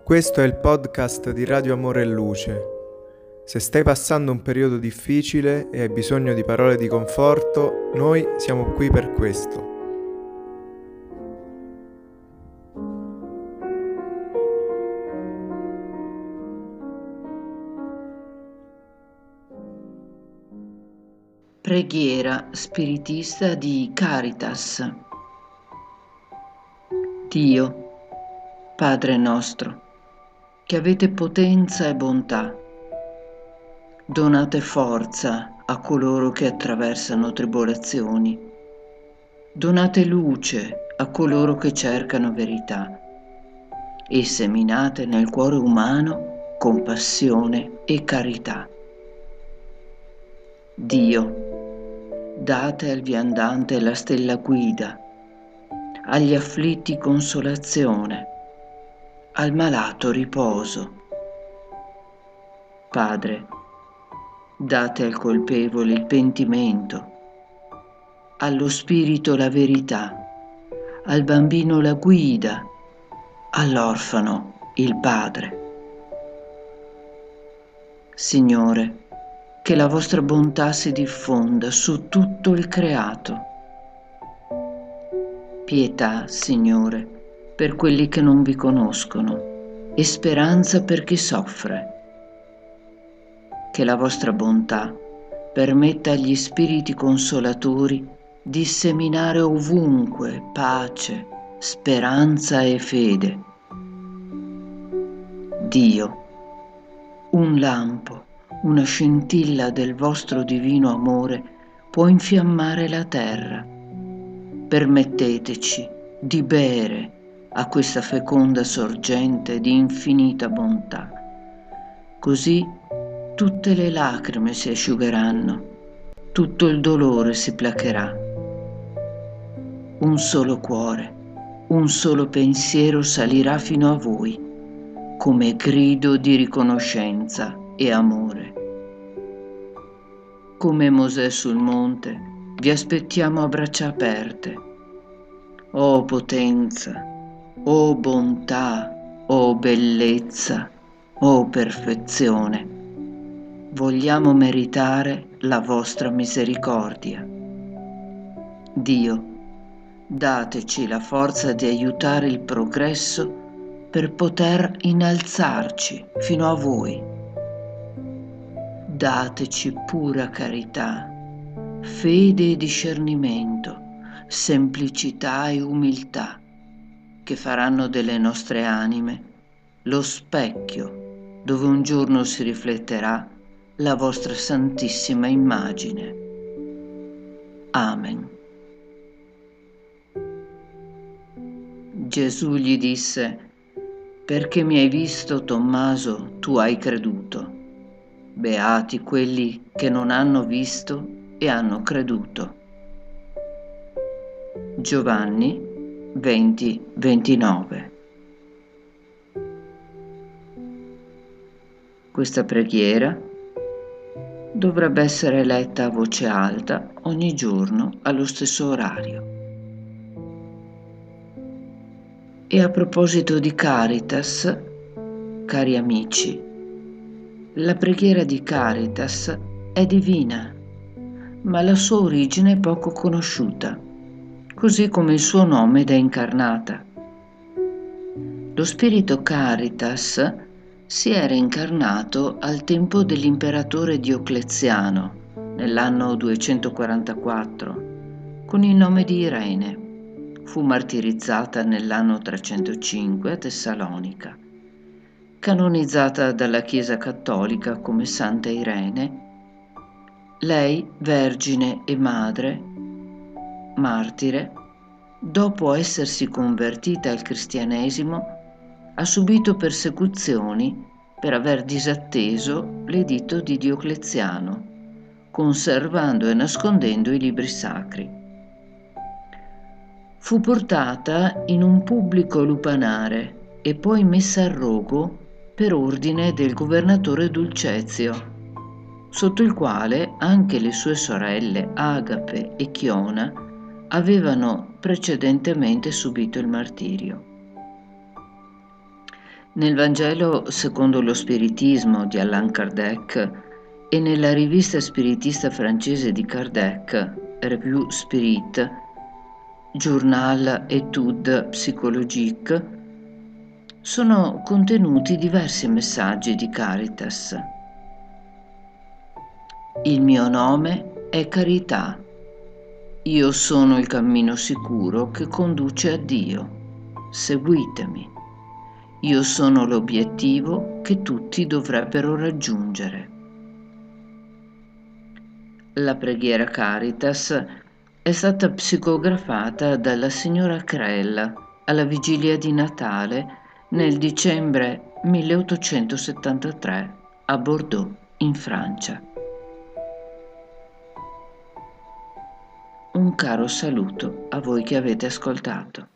Questo è il podcast di Radio Amore e Luce. Se stai passando un periodo difficile e hai bisogno di parole di conforto, noi siamo qui per questo. Preghiera spiritista di Caritas. Dio, Padre nostro, che avete potenza e bontà, donate forza a coloro che attraversano tribolazioni, donate luce a coloro che cercano verità e seminate nel cuore umano compassione e carità. Dio, date al viandante la stella guida, agli afflitti consolazione, al malato riposo. Padre, date al colpevole il pentimento, allo spirito la verità, al bambino la guida, all'orfano il padre. Signore, che la vostra bontà si diffonda su tutto il creato. Pietà, Signore, per quelli che non vi conoscono e speranza per chi soffre. Che la vostra bontà permetta agli spiriti consolatori di seminare ovunque pace, speranza e fede. Dio, un lampo, una scintilla del vostro divino amore può infiammare la terra. Permetteteci di bere a questa feconda sorgente di infinita bontà. Così tutte le lacrime si asciugheranno, tutto il dolore si placherà. Un solo cuore, un solo pensiero salirà fino a voi, come grido di riconoscenza e amore. Come Mosè sul monte, vi aspettiamo a braccia aperte. O potenza, o bontà, o bellezza, o perfezione, vogliamo meritare la vostra misericordia. Dio, dateci la forza di aiutare il progresso per poter innalzarci fino a voi. Dateci pura carità, fede e discernimento, semplicità e umiltà, che faranno delle nostre anime lo specchio dove un giorno si rifletterà la vostra santissima immagine. Amen. Gesù gli disse: perché mi hai visto, Tommaso, tu hai creduto. Beati quelli che non hanno visto e hanno creduto. Giovanni 20:29. Questa preghiera dovrebbe essere letta a voce alta ogni giorno allo stesso orario. E a proposito di Caritas, cari amici, la preghiera di Caritas è divina, ma la sua origine è poco conosciuta, così come il suo nome ed è incarnata. Lo spirito Caritas si era incarnato al tempo dell'imperatore Diocleziano, nell'anno 244, con il nome di Irene. Fu martirizzata nell'anno 305 a Tessalonica. Canonizzata dalla Chiesa Cattolica come Santa Irene, lei, vergine e madre, martire, dopo essersi convertita al cristianesimo, ha subito persecuzioni per aver disatteso l'editto di Diocleziano, conservando e nascondendo i libri sacri. Fu portata in un pubblico lupanare e poi messa al rogo per ordine del governatore Dulcezio, sotto il quale anche le sue sorelle Agape e Chiona avevano precedentemente subito il martirio. Nel Vangelo secondo lo Spiritismo di Allan Kardec e nella rivista spiritista francese di Kardec, Revue Spirit, Journal Études Psychologiques, sono contenuti diversi messaggi di Caritas. Il mio nome è Carità. Io sono il cammino sicuro che conduce a Dio. Seguitemi. Io sono l'obiettivo che tutti dovrebbero raggiungere. La preghiera Caritas è stata psicografata dalla signora Crella alla vigilia di Natale nel dicembre 1873 a Bordeaux, in Francia. Un caro saluto a voi che avete ascoltato.